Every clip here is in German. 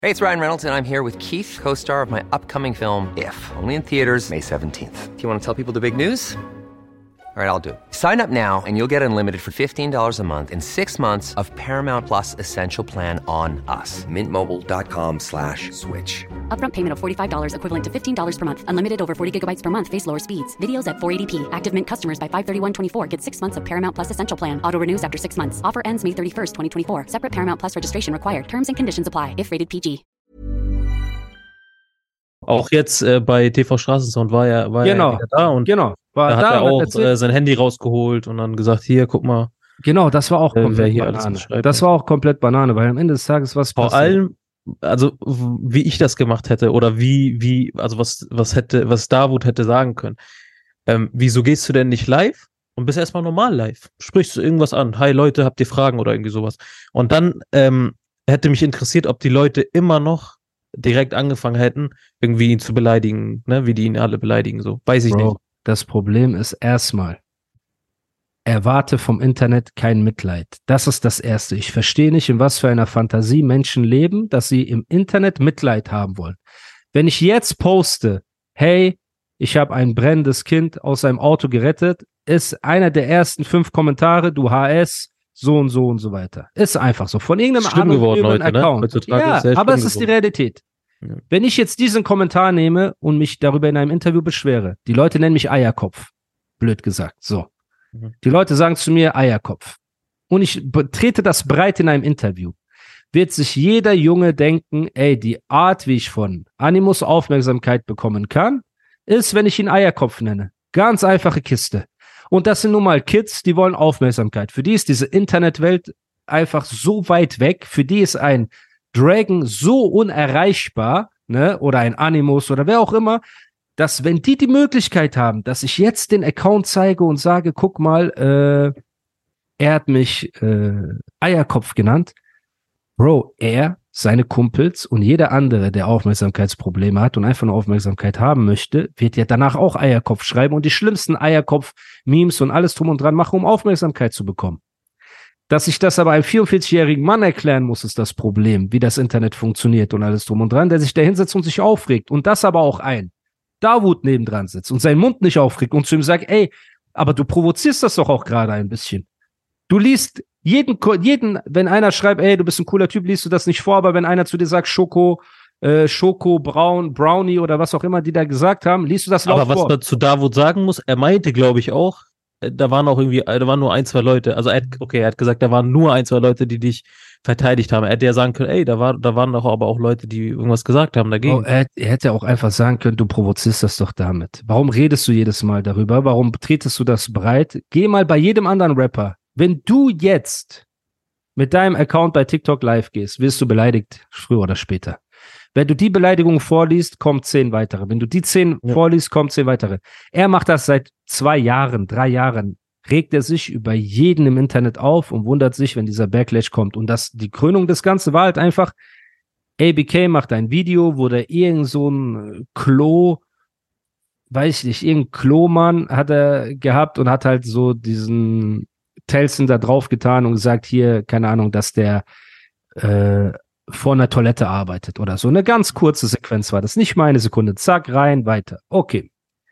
Hey, it's Ryan Reynolds, and I'm here with Keith, co-star of my upcoming film, If, only in theaters May 17th. Do you want to tell people the big news? All right, I'll do it. Sign up now and you'll get unlimited for $15 a month and 6 months of Paramount Plus Essential Plan on us. MintMobile.com/switch. Upfront payment of $45 equivalent to $15 per month. Unlimited over 40 gigabytes per month. Face lower speeds. Videos at 480p. Active Mint customers by 531.24 get 6 months of Paramount Plus Essential Plan. Auto renews after 6 months. Offer ends May 31st, 2024. Separate Paramount Plus registration required. Terms and conditions apply if rated PG. Auch jetzt bei TV Straßensound war er wieder da und war da hat er auch sein Handy rausgeholt und dann gesagt, hier, guck mal. Genau, das war auch komplett hier Banane. Das war auch komplett Banane, weil am Ende des Tages was passiert. Vor allem, also wie ich das gemacht hätte oder was Davut hätte sagen können. Wieso gehst du denn nicht live und bist erstmal normal live? Sprichst du irgendwas an? Hi Leute, habt ihr Fragen oder irgendwie sowas? Und dann hätte mich interessiert, ob die Leute immer noch direkt angefangen hätten, irgendwie ihn zu beleidigen, ne, wie die ihn alle beleidigen, so. Weiß ich nicht. Das Problem ist erstmal, erwarte vom Internet kein Mitleid. Das ist das Erste. Ich verstehe nicht, in was für einer Fantasie Menschen leben, dass sie im Internet Mitleid haben wollen. Wenn ich jetzt poste, hey, ich habe ein brennendes Kind aus einem Auto gerettet, ist einer der ersten 5 Kommentare, du HS, so und so und so weiter. Ist einfach so. Von irgendeinem anderen Account. Ne? Ja, aber es ist die Realität. Ja. Wenn ich jetzt diesen Kommentar nehme und mich darüber in einem Interview beschwere, die Leute nennen mich Eierkopf. Blöd gesagt. So. Die Leute sagen zu mir Eierkopf. Und ich trete das breit in einem Interview. Wird sich jeder Junge denken, ey, die Art, wie ich von Animus Aufmerksamkeit bekommen kann, ist, wenn ich ihn Eierkopf nenne. Ganz einfache Kiste. Und das sind nun mal Kids, die wollen Aufmerksamkeit. Für die ist diese Internetwelt einfach so weit weg. Für die ist ein Dragon so unerreichbar, ne, oder ein Animus oder wer auch immer, dass wenn die Möglichkeit haben, dass ich jetzt den Account zeige und sage, guck mal, er hat mich Eierkopf genannt. Bro, er, seine Kumpels und jeder andere, der Aufmerksamkeitsprobleme hat und einfach nur Aufmerksamkeit haben möchte, wird ja danach auch Eierkopf schreiben und die schlimmsten Eierkopf-Memes und alles drum und dran machen, um Aufmerksamkeit zu bekommen. Dass ich das aber einem 44-jährigen Mann erklären muss, ist das Problem, wie das Internet funktioniert und alles drum und dran, der sich da hinsetzt und sich aufregt und das aber auch Davut nebendran sitzt und seinen Mund nicht aufregt und zu ihm sagt, ey, aber du provozierst das doch auch gerade ein bisschen. Du liest jeden, wenn einer schreibt, ey, du bist ein cooler Typ, liest du das nicht vor, aber wenn einer zu dir sagt, Schoko, Brownie oder was auch immer die da gesagt haben, liest du das laut vor. Aber was man zu Davut sagen muss, er meinte, glaube ich auch, da waren nur 1, 2 Leute, also er hat gesagt, da waren nur 1, 2 Leute, die dich verteidigt haben. Er hätte ja sagen können, ey, da waren doch aber auch Leute, die irgendwas gesagt haben dagegen. Er hätte auch einfach sagen können, du provozierst das doch damit. Warum redest du jedes Mal darüber? Warum tretest du das breit? Geh mal bei jedem anderen Rapper. Wenn du jetzt mit deinem Account bei TikTok live gehst, wirst du beleidigt, früher oder später. Wenn du die Beleidigung vorliest, kommen 10 weitere. Wenn du die 10 vorliest, kommen 10 weitere. Er macht das seit 2 Jahren, 3 Jahren. Regt er sich über jeden im Internet auf und wundert sich, wenn dieser Backlash kommt. Und die Krönung des Ganzen war halt einfach, ABK macht ein Video, wo der irgend so ein irgendein Klomann hat er gehabt und hat halt so diesen Telson da drauf getan und gesagt, hier, keine Ahnung, dass der vor einer Toilette arbeitet oder so. Eine ganz kurze Sequenz war das, nicht mal eine Sekunde. Zack, rein, weiter. Okay.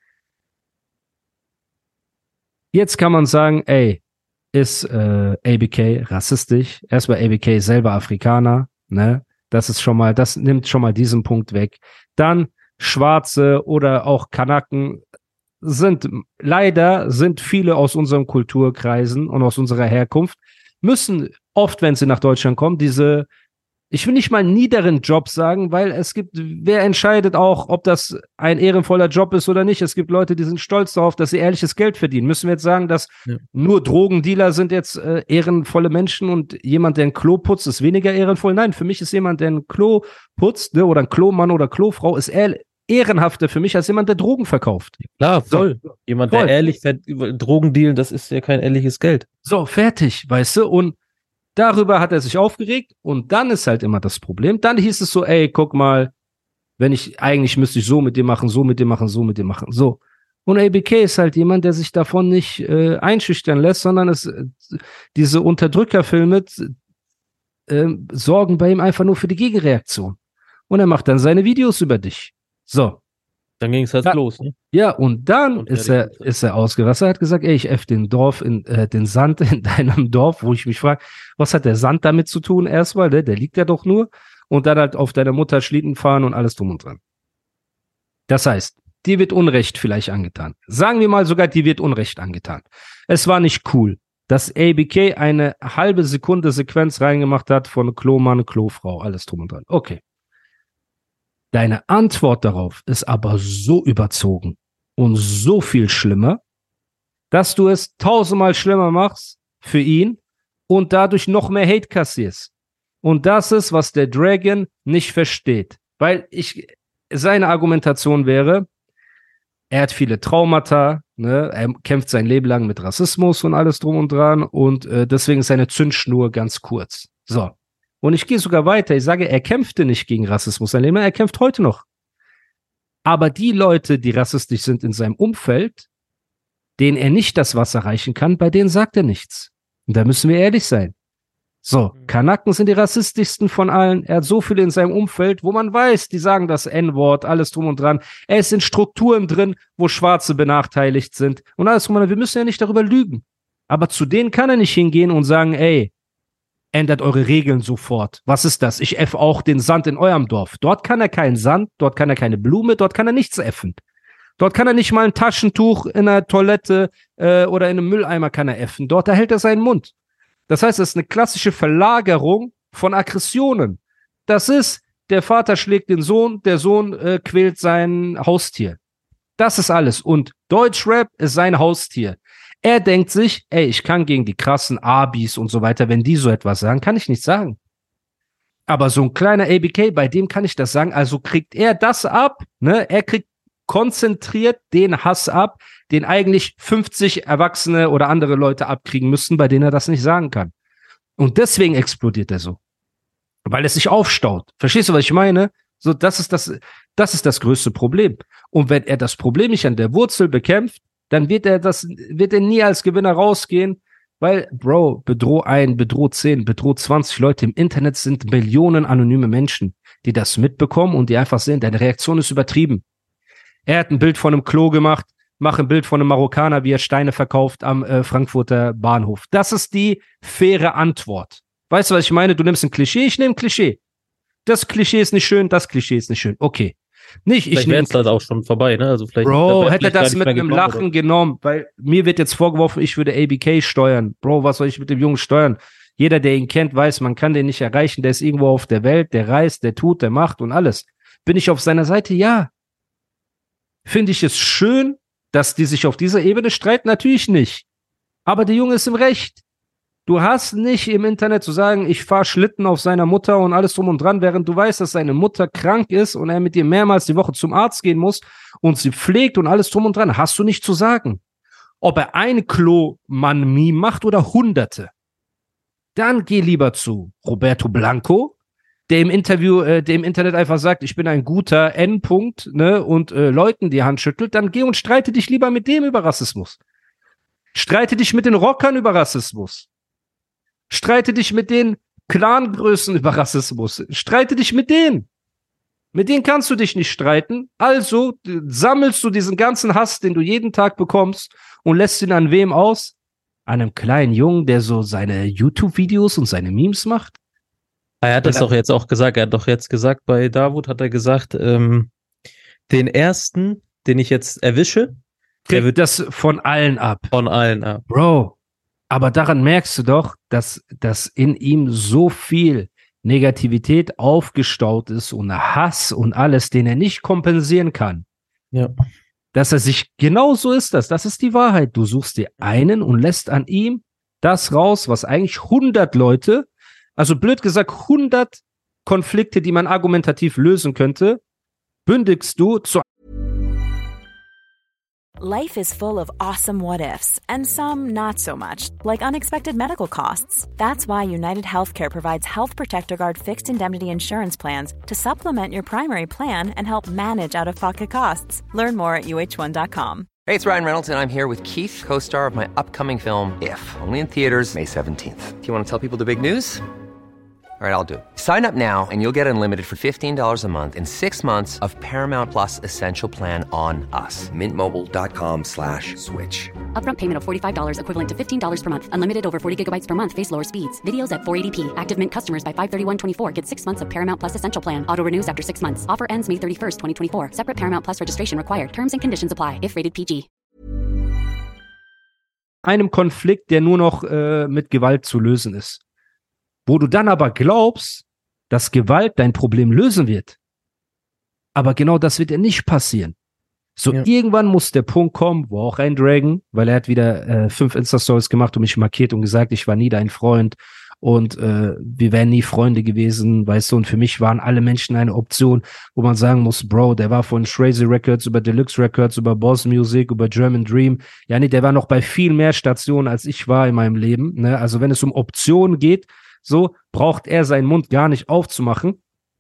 Jetzt kann man sagen, ey, ist ABK rassistisch? Erstmal ABK selber Afrikaner, ne? Das nimmt schon mal diesen Punkt weg. Dann Schwarze oder auch Kanaken sind viele aus unseren Kulturkreisen und aus unserer Herkunft, müssen oft, wenn sie nach Deutschland kommen, ich will nicht mal niederen Job sagen, weil wer entscheidet auch, ob das ein ehrenvoller Job ist oder nicht. Es gibt Leute, die sind stolz darauf, dass sie ehrliches Geld verdienen. Müssen wir jetzt sagen, dass nur Drogendealer sind jetzt ehrenvolle Menschen und jemand, der ein Klo putzt, ist weniger ehrenvoll? Nein, für mich ist jemand, der ein Klo putzt, ne, oder ein Klomann oder Klofrau, ist ehrenhafter für mich als jemand, der Drogen verkauft. Klar, voll. Jemand, der ehrlich Drogen dealen, das ist ja kein ehrliches Geld. So, fertig, weißt du? Und darüber hat er sich aufgeregt und dann ist halt immer das Problem. Dann hieß es so, ey, guck mal, eigentlich müsste ich so mit dir machen, so mit dir machen, so mit dir machen, so. Und ABK ist halt jemand, der sich davon nicht einschüchtern lässt, sondern diese Unterdrückerfilme sorgen bei ihm einfach nur für die Gegenreaktion. und er macht dann seine Videos über dich. So. Dann ging es halt los, ne? Ja, und dann ist er ausgerastet, hat gesagt, ey, ich den Sand in deinem Dorf, wo ich mich frage, was hat der Sand damit zu tun erstmal, ne? Der liegt ja doch nur. Und dann halt auf deiner Mutter Schlitten fahren und alles drum und dran. Das heißt, dir wird Unrecht vielleicht angetan. Sagen wir mal sogar, dir wird Unrecht angetan. Es war nicht cool, dass ABK eine halbe Sekunde Sequenz reingemacht hat von Klomann, Klofrau, alles drum und dran. Okay. Deine Antwort darauf ist aber so überzogen und so viel schlimmer, dass du es 1000-mal schlimmer machst für ihn und dadurch noch mehr Hate kassierst. Und das ist, was der Dragon nicht versteht. Weil seine Argumentation wäre, er hat viele Traumata, ne? Er kämpft sein Leben lang mit Rassismus und alles drum und dran und deswegen ist seine Zündschnur ganz kurz. So. Und ich gehe sogar weiter. Ich sage, er kämpfte nicht gegen Rassismus sein Leben lang, er kämpft heute noch. Aber die Leute, die rassistisch sind in seinem Umfeld, denen er nicht das Wasser reichen kann, bei denen sagt er nichts. Und da müssen wir ehrlich sein. So, Kanaken sind die rassistischsten von allen. Er hat so viele in seinem Umfeld, wo man weiß, die sagen das N-Wort, alles drum und dran. Er ist in Strukturen drin, wo Schwarze benachteiligt sind. Und alles drum und dran. Wir müssen ja nicht darüber lügen. Aber zu denen kann er nicht hingehen und sagen, ey, ändert eure Regeln sofort. Was ist das? Ich effe auch den Sand in eurem Dorf. Dort kann er keinen Sand, dort kann er keine Blume, dort kann er nichts effen. Dort kann er nicht mal ein Taschentuch in einer Toilette oder in einem Mülleimer kann er effen. Dort erhält er seinen Mund. Das heißt, es ist eine klassische Verlagerung von Aggressionen. Das ist, der Vater schlägt den Sohn, der Sohn quält sein Haustier. Das ist alles. Und Deutschrap ist sein Haustier. Er denkt sich, ey, ich kann gegen die krassen Abis und so weiter, wenn die so etwas sagen, kann ich nicht sagen. Aber so ein kleiner ABK, bei dem kann ich das sagen. Also kriegt er das ab, ne? Er kriegt konzentriert den Hass ab, den eigentlich 50 Erwachsene oder andere Leute abkriegen müssten, bei denen er das nicht sagen kann. Und deswegen explodiert er so. Weil es sich aufstaut. Verstehst du, was ich meine? So, das ist das größte Problem. Und wenn er das Problem nicht an der Wurzel bekämpft, dann wird er nie als Gewinner rausgehen, weil, Bro, bedroh 1, bedroh 10, bedroh 20 Leute. Im Internet sind Millionen anonyme Menschen, die das mitbekommen und die einfach sehen, deine Reaktion ist übertrieben. Er hat ein Bild von einem Klo gemacht, mach ein Bild von einem Marokkaner, wie er Steine verkauft am Frankfurter Bahnhof. Das ist die faire Antwort. Weißt du, was ich meine? Du nimmst ein Klischee, ich nehme ein Klischee. Das Klischee ist nicht schön, das Klischee ist nicht schön. Okay. Vielleicht wäre es halt auch schon vorbei, ne? Also vielleicht, Bro, hätte das mit einem Lachen genommen, weil mir wird jetzt vorgeworfen, ich würde ABK steuern. Bro, was soll ich mit dem Jungen steuern? Jeder, der ihn kennt, weiß, man kann den nicht erreichen. Der ist irgendwo auf der Welt, der reist, der tut, der macht und alles. Bin ich auf seiner Seite? Ja. Finde ich es schön, dass die sich auf dieser Ebene streiten? Natürlich nicht. Aber der Junge ist im Recht. Du hast nicht im Internet zu sagen, ich fahre Schlitten auf seiner Mutter und alles drum und dran, während du weißt, dass seine Mutter krank ist und er mit ihr mehrmals die Woche zum Arzt gehen muss und sie pflegt und alles drum und dran. Hast du nicht zu sagen. Ob er ein Klo-Mann-Meme macht oder Hunderte. Dann geh lieber zu Roberto Blanco, der im Internet einfach sagt, ich bin ein guter N-Punkt, ne, und Leuten die Hand schüttelt. Dann geh und streite dich lieber mit dem über Rassismus. Streite dich mit den Rockern über Rassismus. Streite dich mit den Clangrößen über Rassismus. Streite dich mit denen. Mit denen kannst du dich nicht streiten. Also sammelst du diesen ganzen Hass, den du jeden Tag bekommst und lässt ihn an wem aus? An einem kleinen Jungen, der so seine YouTube-Videos und seine Memes macht? Er hat das doch jetzt auch gesagt. Er hat doch jetzt gesagt, bei Davut hat er gesagt, den ersten, den ich jetzt erwische, der wird das von allen ab. Von allen ab. Bro, aber daran merkst du doch, dass in ihm so viel Negativität aufgestaut ist und Hass und alles, den er nicht kompensieren kann. Ja. Dass er sich, genau so ist das ist die Wahrheit. Du suchst dir einen und lässt an ihm das raus, was eigentlich 100 Leute, also blöd gesagt 100 Konflikte, die man argumentativ lösen könnte, bündigst du zu. Life is full of awesome what-ifs, and some not so much, like unexpected medical costs. That's why United Healthcare provides Health Protector Guard fixed indemnity insurance plans to supplement your primary plan and help manage out-of-pocket costs. Learn more at uh1.com. Hey, it's Ryan Reynolds, and I'm here with Keith, co-star of my upcoming film, If, only in theaters May 17th. Do you want to tell people the big news? All right, I'll do it. Sign up now and you'll get unlimited for $15 a month and 6 months of Paramount Plus Essential Plan on us. MintMobile.com/switch. Upfront payment of $45 equivalent to $15 per month. Unlimited over 40 gigabytes per month. Face lower speeds. Videos at 480p. Active Mint customers by 531.24 get 6 months of Paramount Plus Essential Plan. Auto renews after 6 months. Offer ends May 31st, 2024. Separate Paramount Plus registration required. Terms and conditions apply if rated PG. Einem Konflikt, der nur noch mit Gewalt zu lösen ist. Wo du dann aber glaubst, dass Gewalt dein Problem lösen wird. Aber genau das wird ja nicht passieren. So, irgendwann muss der Punkt kommen, wo auch ein Dragon, weil er hat wieder 5 Insta-Stories gemacht und mich markiert und gesagt, ich war nie dein Freund und wir wären nie Freunde gewesen, weißt du, und für mich waren alle Menschen eine Option, wo man sagen muss, Bro, der war von Shrazy Records über Deluxe Records, über Boss Music, über German Dream, ja nee, der war noch bei viel mehr Stationen, als ich war in meinem Leben, ne? Also wenn es um Optionen geht, so braucht er seinen Mund gar nicht aufzumachen.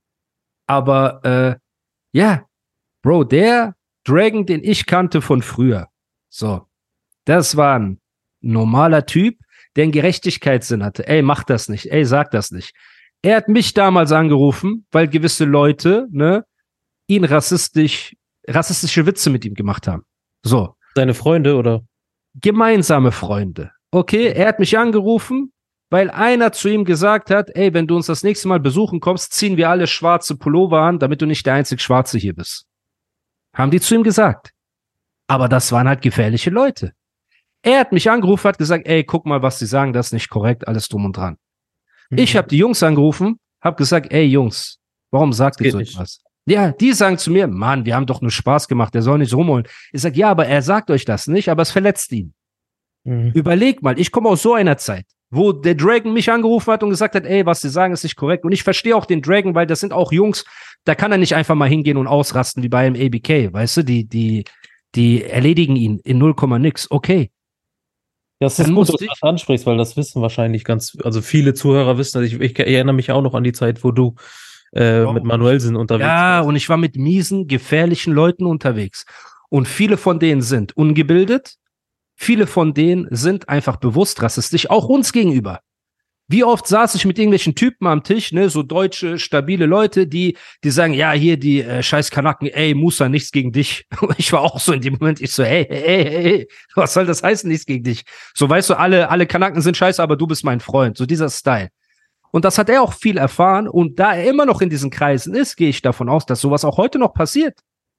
Aber ja, Bro, der Dragon, den ich kannte von früher, so, das war ein normaler Typ, der einen Gerechtigkeitssinn hatte. Ey, mach das nicht. Ey, sag das nicht. Er hat mich damals angerufen, weil gewisse Leute, ne, ihn rassistische Witze mit ihm gemacht haben. So. Seine Freunde oder? Gemeinsame Freunde. Okay, er hat mich angerufen, weil einer zu ihm gesagt hat, ey, wenn du uns das nächste Mal besuchen kommst, ziehen wir alle schwarze Pullover an, damit du nicht der einzig Schwarze hier bist. Haben die zu ihm gesagt. Aber das waren halt gefährliche Leute. Er hat mich angerufen, hat gesagt, ey, guck mal, was sie sagen, das ist nicht korrekt, alles drum und dran. Ich habe die Jungs angerufen, habe gesagt, ey, Jungs, warum sagt ihr so etwas? Ja, die sagen zu mir, Mann, wir haben doch nur Spaß gemacht, der soll nicht rumholen. Ich sag, ja, aber er sagt euch das nicht, aber es verletzt ihn. Überleg mal, ich komme aus so einer Zeit, wo der Dragon mich angerufen hat und gesagt hat, ey, was sie sagen, ist nicht korrekt. Und ich verstehe auch den Dragon, weil das sind auch Jungs, da kann er nicht einfach mal hingehen und ausrasten wie bei einem ABK, weißt du, die erledigen ihn in 0, nix. Okay. Ja, das ist gut, dass du das ansprichst, weil das wissen wahrscheinlich also viele Zuhörer wissen, also ich erinnere mich auch noch an die Zeit, wo du mit Manuelsen unterwegs warst. Ja, und ich war mit miesen, gefährlichen Leuten unterwegs. Und viele von denen sind ungebildet, viele von denen sind einfach bewusst rassistisch, auch uns gegenüber. Wie oft saß ich mit irgendwelchen Typen am Tisch, ne, so deutsche, stabile Leute, die sagen, ja, hier die scheiß Kanaken, ey, Musa, nichts gegen dich. Ich war auch so in dem Moment, ich so, hey, was soll das heißen, nichts gegen dich? So, weißt du, alle Kanaken sind scheiße, aber du bist mein Freund, so dieser Style. Und das hat er auch viel erfahren und da er immer noch in diesen Kreisen ist, gehe ich davon aus, dass sowas auch heute noch passiert.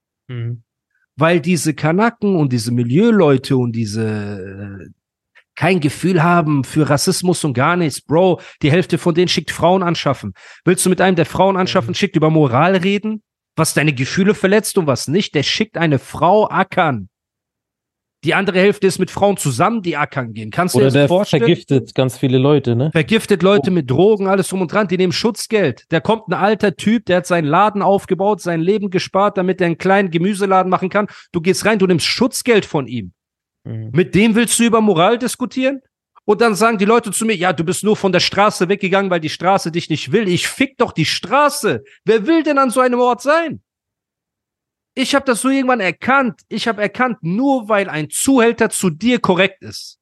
Weil diese Kanaken und diese Milieuleute und diese kein Gefühl haben für Rassismus und gar nichts. Bro, die Hälfte von denen schickt Frauen anschaffen. Willst du mit einem, der Frauen anschaffen schickt, über Moral reden? Was deine Gefühle verletzt und was nicht? Der schickt eine Frau ackern. Die andere Hälfte ist mit Frauen zusammen, die ackern gehen. Kannst du dir das vorstellen? Oder der vergiftet ganz viele Leute, ne? Vergiftet Leute mit Drogen, alles drum und dran. Die nehmen Schutzgeld. Da kommt ein alter Typ, der hat seinen Laden aufgebaut, sein Leben gespart, damit er einen kleinen Gemüseladen machen kann. Du gehst rein, du nimmst Schutzgeld von ihm. Mit dem willst du über Moral diskutieren? Und dann sagen die Leute zu mir, ja, du bist nur von der Straße weggegangen, weil die Straße dich nicht will. Ich fick doch die Straße. Wer will denn an so einem Ort sein? Ich habe das so irgendwann erkannt. Ich habe erkannt, nur weil ein Zuhälter zu dir korrekt ist,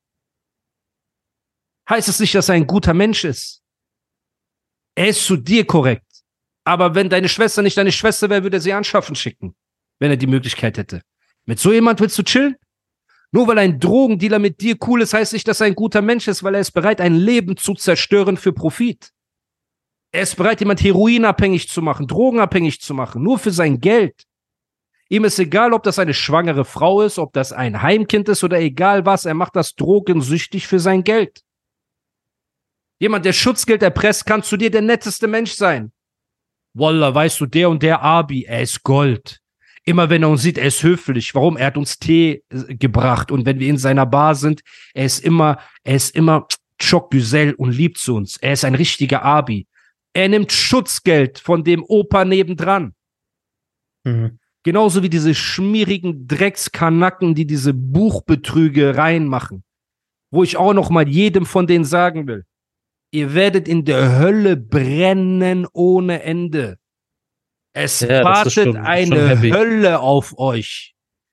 heißt es nicht, dass er ein guter Mensch ist. Er ist zu dir korrekt. Aber wenn deine Schwester nicht deine Schwester wäre, würde er sie anschaffen schicken, wenn er die Möglichkeit hätte. Mit so jemand willst du chillen? Nur weil ein Drogendealer mit dir cool ist, heißt nicht, dass er ein guter Mensch ist, weil er ist bereit, ein Leben zu zerstören für Profit. Er ist bereit, jemand heroinabhängig zu machen, drogenabhängig zu machen, nur für sein Geld. Ihm ist egal, ob das eine schwangere Frau ist, ob das ein Heimkind ist oder egal was, er macht das drogensüchtig für sein Geld. Jemand, der Schutzgeld erpresst, kann zu dir der netteste Mensch sein. Wallah, weißt du, der und der Abi, er ist Gold. Immer wenn er uns sieht, er ist höflich. Warum? Er hat uns Tee gebracht. Und wenn wir in seiner Bar sind, er ist immer Choc Güzel und liebt zu uns. Er ist ein richtiger Abi. Er nimmt Schutzgeld von dem Opa nebendran. Genauso wie diese schmierigen Dreckskanacken, die diese Buchbetrügereien machen. Wo ich auch noch mal jedem von denen sagen will, ihr werdet in der Hölle brennen ohne Ende. Es wartet eine Hölle auf euch.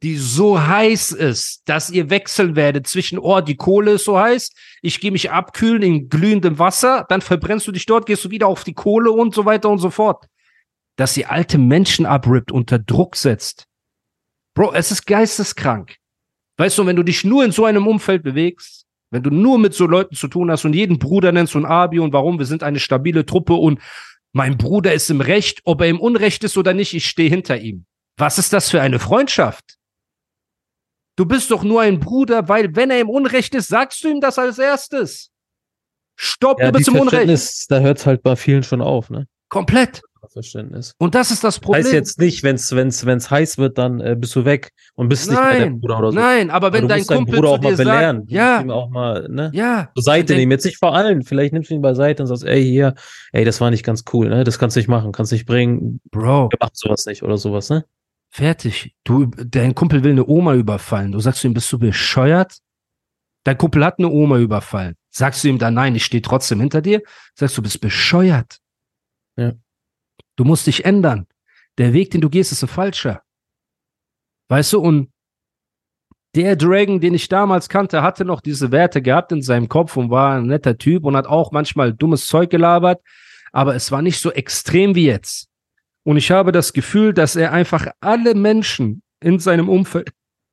die so heiß ist, dass ihr wechseln werdet zwischen, die Kohle ist so heiß, ich gehe mich abkühlen in glühendem Wasser, dann verbrennst du dich dort, gehst du wieder auf die Kohle und so weiter und so fort. Dass sie alte Menschen abrippt, unter Druck setzt. Bro, es ist geisteskrank. Weißt du, wenn du dich nur in so einem Umfeld bewegst, wenn du nur mit so Leuten zu tun hast und jeden Bruder nennst und Abi und warum, wir sind eine stabile Truppe und mein Bruder ist im Recht, ob er im Unrecht ist oder nicht, ich stehe hinter ihm. Was ist das für eine Freundschaft? Du bist doch nur ein Bruder, weil wenn er im Unrecht ist, sagst du ihm das als erstes. Stopp, du bist im Unrecht. Da hört es halt bei vielen schon auf, ne? Komplett. Verständnis. Und das ist das Problem. Heißt jetzt nicht, wenn's heiß wird, dann bist du weg und bist nicht mehr der Bruder oder so. Nein, aber wenn dein Kumpel Bruder zu auch mal dir belehren, sagt, ja, ihm auch mal, ne? Ja, zur Seite nehmen, jetzt nicht vor allen, vielleicht nimmst du ihn beiseite und sagst, das war nicht ganz cool, ne? Das kannst du nicht machen, kannst nicht bringen. Bro, ihr macht sowas nicht oder sowas, ne? Fertig. Dein Kumpel will eine Oma überfallen. Du sagst zu ihm, bist du bescheuert? Dein Kumpel hat eine Oma überfallen. Sagst du ihm dann, nein, ich stehe trotzdem hinter dir? Sagst du, bist bescheuert. Ja. Du musst dich ändern. Der Weg, den du gehst, ist ein falscher. Weißt du, und der Dragon, den ich damals kannte, hatte noch diese Werte gehabt in seinem Kopf und war ein netter Typ und hat auch manchmal dummes Zeug gelabert, aber es war nicht so extrem wie jetzt. Und ich habe das Gefühl, dass er einfach alle Menschen in seinem Umfeld,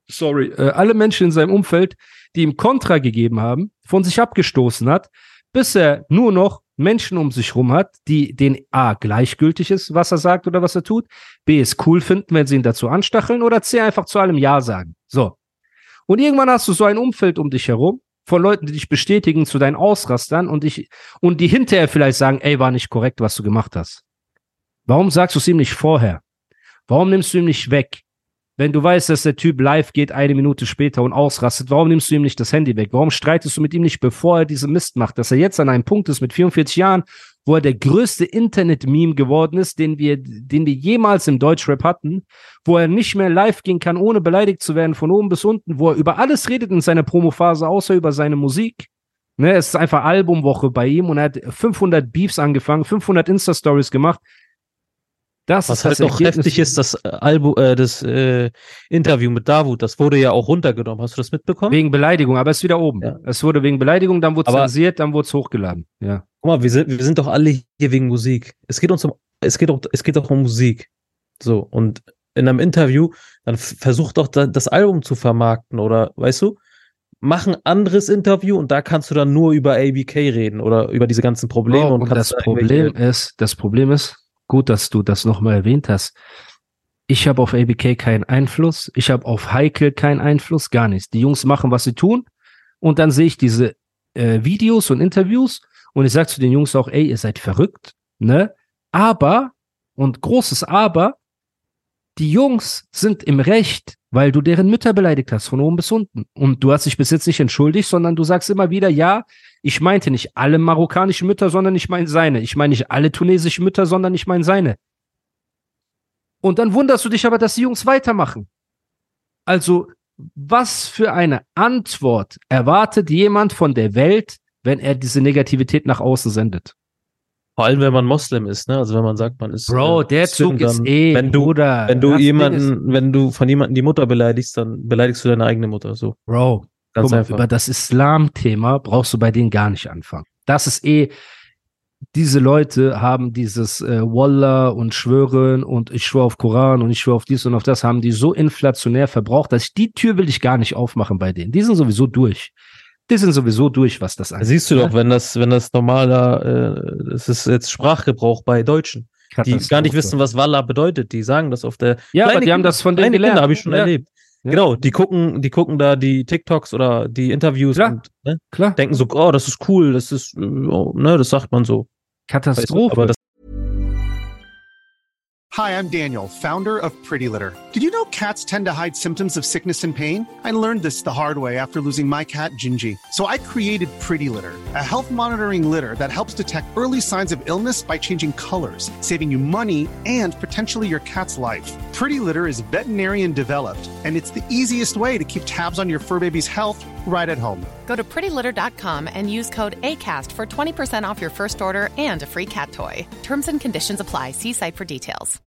die ihm Kontra gegeben haben, von sich abgestoßen hat, bis er nur noch Menschen um sich rum hat, die den A, gleichgültig ist, was er sagt oder was er tut, B, es cool finden, wenn sie ihn dazu anstacheln, oder C, einfach zu allem Ja sagen. So. Und irgendwann hast du so ein Umfeld um dich herum, von Leuten, die dich bestätigen zu deinen Ausrastern und die hinterher vielleicht sagen, war nicht korrekt, was du gemacht hast. Warum sagst du es ihm nicht vorher? Warum nimmst du ihm nicht weg? Wenn du weißt, dass der Typ live geht 1 Minute später und ausrastet, warum nimmst du ihm nicht das Handy weg? Warum streitest du mit ihm nicht, bevor er diesen Mist macht? Dass er jetzt an einem Punkt ist mit 44 Jahren, wo er der größte Internet-Meme geworden ist, den wir jemals im Deutschrap hatten, wo er nicht mehr live gehen kann, ohne beleidigt zu werden von oben bis unten, wo er über alles redet in seiner Promophase, außer über seine Musik. Ne, es ist einfach Albumwoche bei ihm und er hat 500 Beefs angefangen, 500 Insta-Stories gemacht. Was halt auch heftig ist, das Interview mit Davut, das wurde ja auch runtergenommen. Hast du das mitbekommen? Wegen Beleidigung, aber es ist wieder oben. Ja. Es wurde wegen Beleidigung, dann wurde es zensiert, dann wurde es hochgeladen. Ja. Guck mal, wir sind doch alle hier wegen Musik. Es geht doch um Musik. So, und in einem Interview, dann versuch doch das Album zu vermarkten oder, weißt du, mach ein anderes Interview und da kannst du dann nur über ABK reden oder über diese ganzen Probleme. Und das Problem ist, gut, dass du das nochmal erwähnt hast. Ich habe auf ABK keinen Einfluss. Ich habe auf Heikel keinen Einfluss. Gar nichts. Die Jungs machen, was sie tun. Und dann sehe ich diese Videos und Interviews und ich sage zu den Jungs auch, ihr seid verrückt. Ne? Aber, und großes Aber, die Jungs sind im Recht, weil du deren Mütter beleidigt hast, von oben bis unten. Und du hast dich bis jetzt nicht entschuldigt, sondern du sagst immer wieder, ja, ich meinte nicht alle marokkanischen Mütter, sondern ich meine seine. Ich meine nicht alle tunesischen Mütter, sondern ich meine seine. Und dann wunderst du dich aber, dass die Jungs weitermachen. Also, was für eine Antwort erwartet jemand von der Welt, wenn er diese Negativität nach außen sendet? Vor allem, wenn man Moslem ist, ne? Also wenn man sagt, man ist. Bro, der Zug ist wenn du von jemandem die Mutter beleidigst, dann beleidigst du deine eigene Mutter. So. Bro, guck mal, über das Islam-Thema brauchst du bei denen gar nicht anfangen. Das ist diese Leute haben dieses Wallah und Schwören und ich schwöre auf Koran und ich schwöre auf dies und auf das, haben die so inflationär verbraucht, dass die Tür will ich gar nicht aufmachen bei denen. Die sind sowieso durch. Was das angeht. Siehst du doch, wenn das normaler, es ist jetzt Sprachgebrauch bei Deutschen, die gar nicht wissen, was Wallah bedeutet. Die sagen das auf der. Ja, aber die haben das von denen gelernt. Habe ich schon erlebt. Ja. Genau, die gucken da die TikToks oder die Interviews und denken so, das ist cool, das ist, das sagt man so. Katastrophe. Aber Hi, I'm Daniel, founder of Pretty Litter. Did you know cats tend to hide symptoms of sickness and pain? I learned this the hard way after losing my cat, Gingy. So I created Pretty Litter, a health monitoring litter that helps detect early signs of illness by changing colors, saving you money and potentially your cat's life. Pretty Litter is veterinarian developed, and it's the easiest way to keep tabs on your fur baby's health right at home. Go to prettylitter.com and use code ACAST for 20% off your first order and a free cat toy. Terms and conditions apply. See site for details.